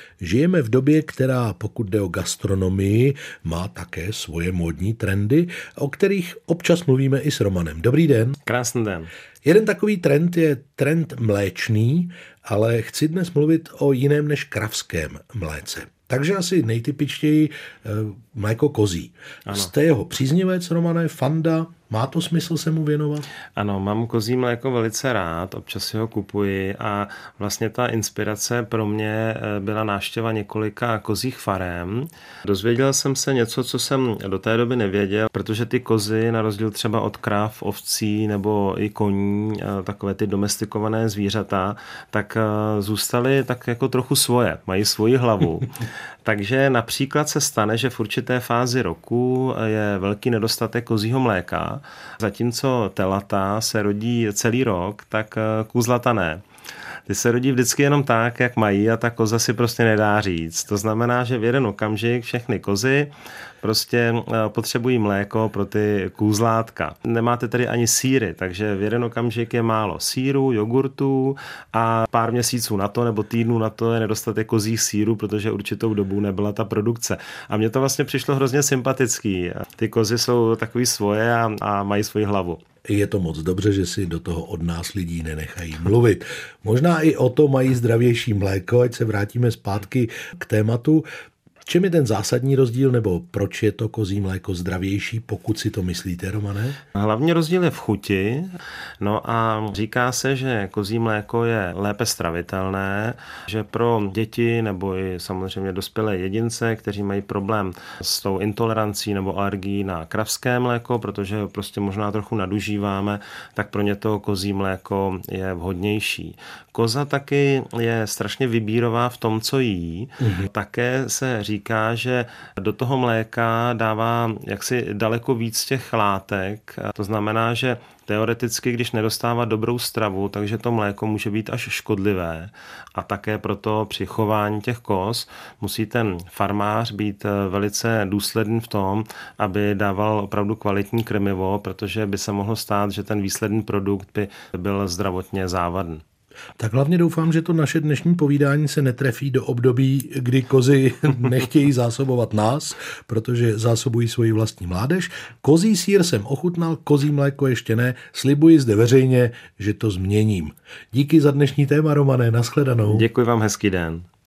Žijeme v době, která, pokud jde o gastronomii, má také svoje módní trendy, o kterých občas mluvíme i s Romanem. Dobrý den. Krásný den. Jeden takový trend je trend mléčný, ale chci dnes mluvit o jiném než kravském mléce. Takže asi nejtypičtěji mléko kozí. Ano. Jste jeho příznivec, Romane, fanda? Má to smysl se mu věnovat? Ano, mám kozí mléko velice rád, občas si ho kupuji a vlastně ta inspirace pro mě byla návštěva několika kozích farem. Dozvěděl jsem se něco, co jsem do té doby nevěděl, protože ty kozy, na rozdíl třeba od krav, ovcí nebo i koní, takové ty domestikované zvířata, tak zůstaly tak jako trochu svoje, mají svoji hlavu. Takže například se stane, že v určité fázi roku je velký nedostatek kozího mléka, zatímco telata se rodí celý rok, tak kůzlata ne. Ty se rodí vždycky jenom tak, jak mají a ta koza si prostě nedá říct. To znamená, že v jeden okamžik všechny kozy prostě potřebují mléko pro ty kůzlátka. Nemáte tedy ani sýry, takže v jeden okamžik je málo sýru, jogurtů a pár měsíců na to nebo týdnů na to je nedostatek kozích sýrů, protože určitou dobu nebyla ta produkce. A mně to vlastně přišlo hrozně sympatický. Ty kozy jsou takový svoje a mají svoji hlavu. Je to moc dobře, že si do toho od nás lidí nenechají mluvit. Možná i o to mají zdravější mléko, ať se vrátíme zpátky k tématu. V čem je ten zásadní rozdíl, nebo proč je to kozí mléko zdravější, pokud si to myslíte, Romane? Hlavní rozdíl je v chuti. No a říká se, že kozí mléko je lépe stravitelné, že pro děti nebo i samozřejmě dospělé jedince, kteří mají problém s tou intolerancí nebo alergií na kravské mléko, protože ho prostě možná trochu nadužíváme, tak pro ně to kozí mléko je vhodnější. Koza taky je strašně vybírová v tom, co jí. Také se říká, že do toho mléka dává jaksi daleko víc těch látek. To znamená, že teoreticky, když nedostává dobrou stravu, takže to mléko může být až škodlivé. A také proto při chování těch koz musí ten farmář být velice důsledný v tom, aby dával opravdu kvalitní krmivo, protože by se mohlo stát, že ten výsledný produkt by byl zdravotně závadný. Tak hlavně doufám, že to naše dnešní povídání se netrefí do období, kdy kozy nechtějí zásobovat nás, protože zásobují svoji vlastní mládež. Kozí sýr jsem ochutnal, kozí mléko ještě ne. Slibuji zde veřejně, že to změním. Díky za dnešní téma, Romane, nashledanou. Děkuji vám, hezký den.